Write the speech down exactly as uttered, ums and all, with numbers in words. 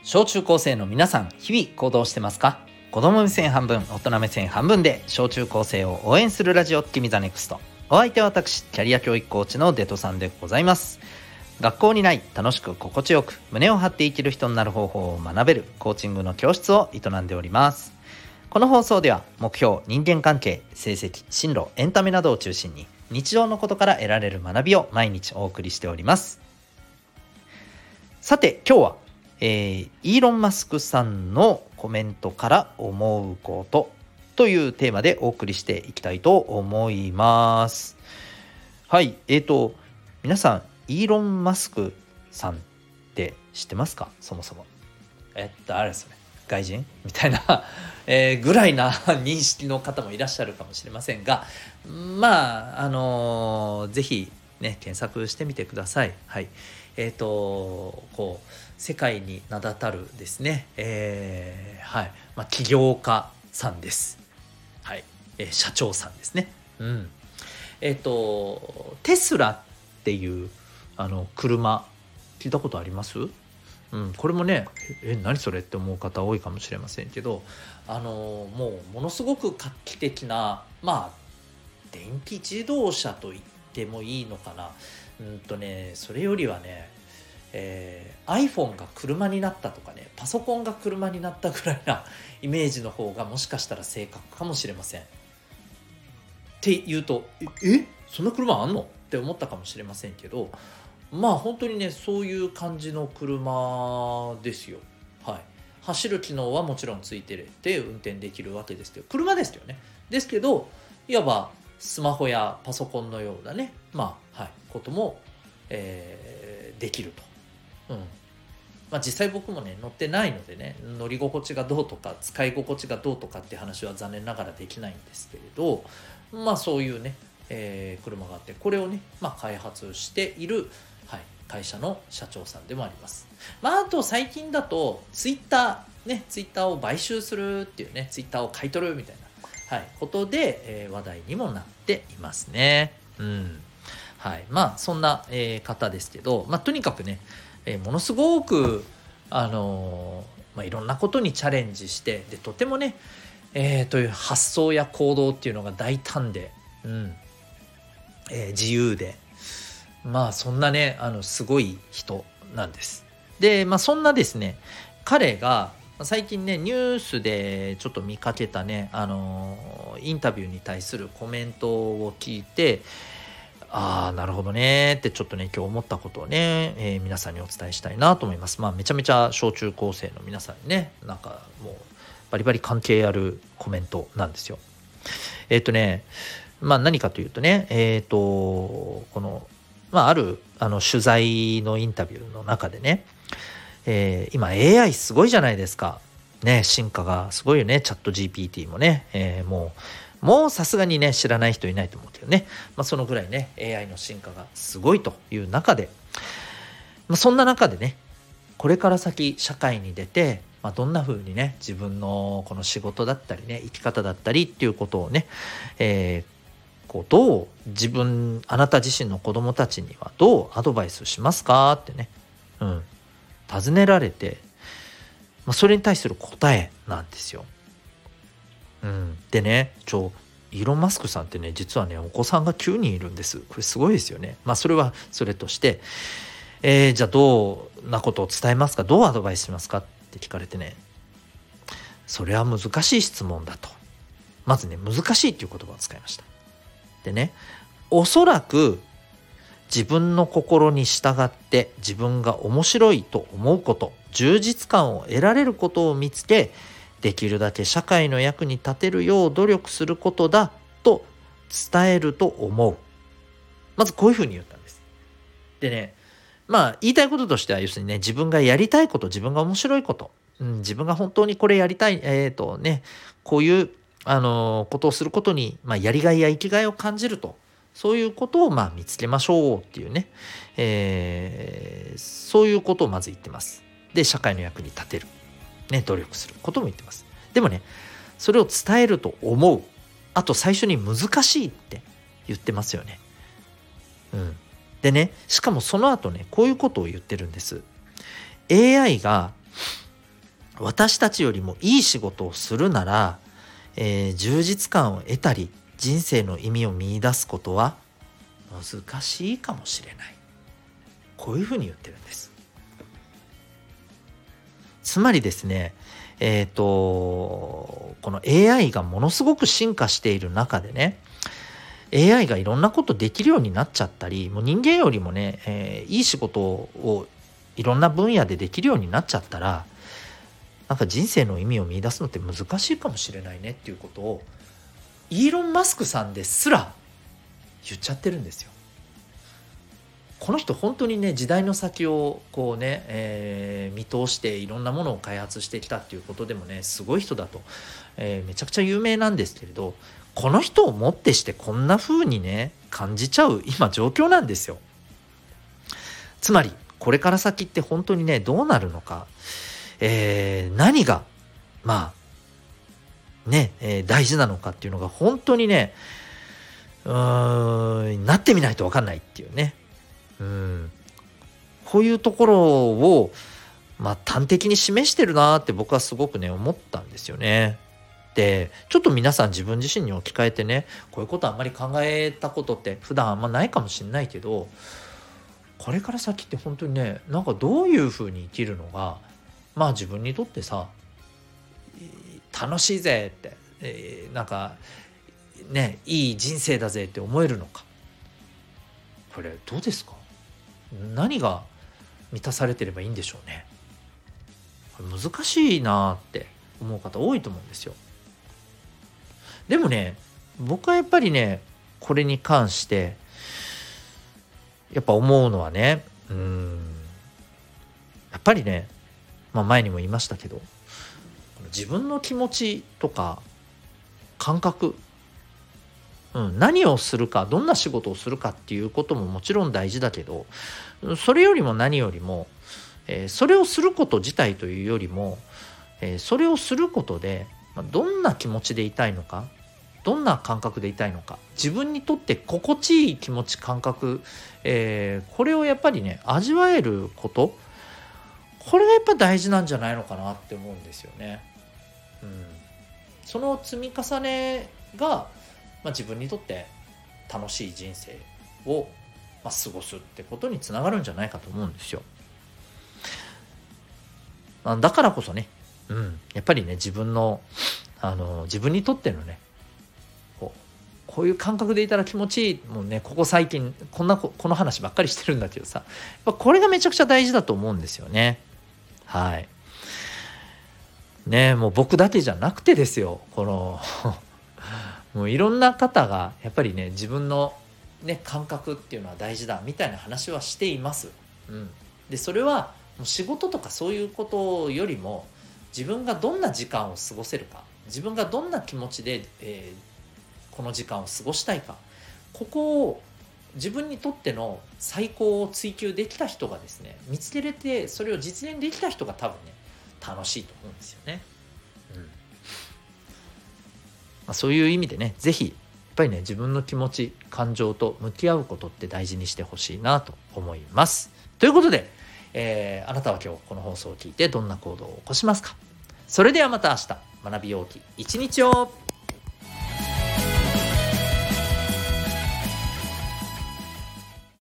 小中高生の皆さん、日々行動してますか？子供目線半分、大人目線半分で小中高生を応援するラジオ君ザネクスト。お相手は私、キャリア教育コーチのデトさんでございます。学校にない、楽しく心地よく胸を張って生きる人になる方法を学べるコーチングの教室を営んでおります。この放送では目標、人間関係、成績、進路、エンタメなどを中心に日常のことから得られる学びを毎日お送りしております。さて今日は、えー、イーロン・マスクさんのコメントから思うことというテーマでお送りしていきたいと思います。はい、えーと皆さんイーロン・マスクさんって知ってますか？そもそもえっとあれですね外人みたいな、えー、ぐらいな認識の方もいらっしゃるかもしれませんが、まああのー、ぜひね検索してみてください。はい、えっとこう世界に名だたるですね、えー、はい、まあ、起業家さんです。はい、えー、社長さんですね。うん、えっとテスラっていうあの車聞いたことあります？うん、これもねえ何それって思う方多いかもしれませんけど、あのもうものすごく画期的な、まあ電気自動車と言ってもいいのかな。うんとねそれよりはね、えー、iPhone が車になったとかね、パソコンが車になったぐらいなイメージの方がもしかしたら正確かもしれません。って言うとええそんな車あんのって思ったかもしれませんけど、まあ本当にねそういう感じの車ですよ。はい、走る機能はもちろんついてて運転できるわけですけど、車ですよね。ですけどいわばスマホやパソコンのようなね、まあはいことも、えー、できると。うん。まあ実際僕もね乗ってないのでね、乗り心地がどうとか使い心地がどうとかって話は残念ながらできないんですけれど、まあそういうね、えー、車があって、これをね、まあ、開発している、はい、会社の社長さんでもあります。まああと最近だとツイッターね、ツイッターを買収するっていうね、ツイッターを買い取るみたいな、はい、ことで、えー、話題にもなっていますね。うん。はい、まあそんな、えー、方ですけど、まあとにかくね、えー、ものすごくあのーまあ、いろんなことにチャレンジして、でとてもね、えー、という発想や行動っていうのが大胆で、うんえー、自由で、まあそんなねあのすごい人なんです。で、まあ、そんなですね彼が最近ねニュースでちょっと見かけたね、あのー、インタビューに対するコメントを聞いて、ああなるほどねってちょっとね今日思ったことをね、えー、皆さんにお伝えしたいなと思います。まあめちゃめちゃ小中高生の皆さんにねなんかもうバリバリ関係あるコメントなんですよ。えっ、ー、とねまあ何かというとねえっ、ー、とこのまああるあの取材のインタビューの中でね、えー、今 エーアイ すごいじゃないですかね、進化がすごいよね。チャット ジーピーティー もね、えー、もうもうさすがにね知らない人いないと思うけどね、まあ、そのぐらいね エーアイ の進化がすごいという中で、まあ、そんな中でねこれから先社会に出て、まあ、どんな風にね自分のこの仕事だったりね生き方だったりっていうことをね、えー、こうどう自分あなた自身の子供たちにはどうアドバイスしますかってね、うん、尋ねられて、まあ、それに対する答えなんですよ。うん、でねちょイーロン・マスクさんってね実はねお子さんがきゅうにんいるんです。これすごいですよね。まあそれはそれとして、えー、じゃあどうなことを伝えますか、どうアドバイスしますかって聞かれてね、それは難しい質問だと。まずね難しいっていう言葉を使いました。でねおそらく自分の心に従って自分が面白いと思うこと、充実感を得られることを見つけ、できるだけ社会の役に立てるよう努力することだと伝えると思う。まずこういうふうに言ったんです。でね、まあ言いたいこととしては要するにね自分がやりたいこと、自分が面白いこと、うん、自分が本当にこれやりたい、えっとねこういうあのことをすることに、まあ、やりがいや生きがいを感じると、そういうことをまあ見つけましょうっていうね、えー、そういうことをまず言ってます。で社会の役に立てる。ね、努力することも言ってます。でもねそれを伝えると思う、あと最初に難しいって言ってますよね。うん、でねしかもその後ねこういうことを言ってるんです。 エーアイ が私たちよりもいい仕事をするなら、えー、充実感を得たり人生の意味を見出すことは難しいかもしれない。こういうふうに言ってるんです。つまりですね、えっとこの エーアイ がものすごく進化している中でね、 エーアイ がいろんなことできるようになっちゃったり、もう人間よりもね、えーいい仕事をいろんな分野でできるようになっちゃったら、なんか人生の意味を見出すのって難しいかもしれないねっていうことをイーロン・マスクさんですら言っちゃってるんですよ。この人本当にね、時代の先をこうね、えー見通していろんなものを開発してきたっていうことでもね、すごい人だと、えーめちゃくちゃ有名なんですけれど、この人をもってしてこんな風にね感じちゃう今状況なんですよ。つまりこれから先って本当にねどうなるのか、えー何がまあね、えー大事なのかっていうのが本当にね、うーんなってみないと分かんないっていうね、うんこういうところをまあ端的に示してるなって僕はすごくね思ったんですよね。でちょっと皆さん自分自身に置き換えてね、こういうことあんまり考えたことって普段あんまないかもしれないけど、これから先って本当にね、なんかどういうふうに生きるのがまあ自分にとってさ楽しいぜって、えーなんかねいい人生だぜって思えるのか、これどうですか？何が満たされてればいいんでしょうね。これ難しいなって思う方多いと思うんですよ。でもね、僕はやっぱりねこれに関してやっぱ思うのはね、うーんやっぱりね、まあ、前にも言いましたけど、自分の気持ちとか感覚、うん、何をするか、どんな仕事をするかっていうことももちろん大事だけど、それよりも何よりも、えーそれをすること自体というよりも、えーそれをすることで、まあどんな気持ちでいたいのか、どんな感覚でいたいのか、自分にとって心地いい気持ち感覚、えーこれをやっぱりね味わえること、これがやっぱ大事なんじゃないのかなって思うんですよね。うん、その積み重ねが、まあ、自分にとって楽しい人生を、まあ、過ごすってことにつながるんじゃないかと思うんですよ。あだからこそね、うん、やっぱりね自分のあの自分にとってのねこうこういう感覚でいたら気持ちいい、もうねここ最近こんなここの話ばっかりしてるんだけどさ、やっぱこれがめちゃくちゃ大事だと思うんですよね。はいね、もう僕だけじゃなくてですよ、このもういろんな方がやっぱりね自分のね感覚っていうのは大事だみたいな話はしています。うん、でそれはもう仕事とかそういうことよりも、自分がどんな時間を過ごせるか、自分がどんな気持ちで、えーこの時間を過ごしたいか、ここを自分にとっての最高を追求できた人がですね見つけれて、それを実現できた人が多分ね楽しいと思うんですよね。うんまあ、そういう意味でね、ぜひやっぱりね自分の気持ち感情と向き合うことって大事にしてほしいなと思います。ということで、えーあなたは今日この放送を聞いてどんな行動を起こしますか？それではまた明日、学びようき一日を。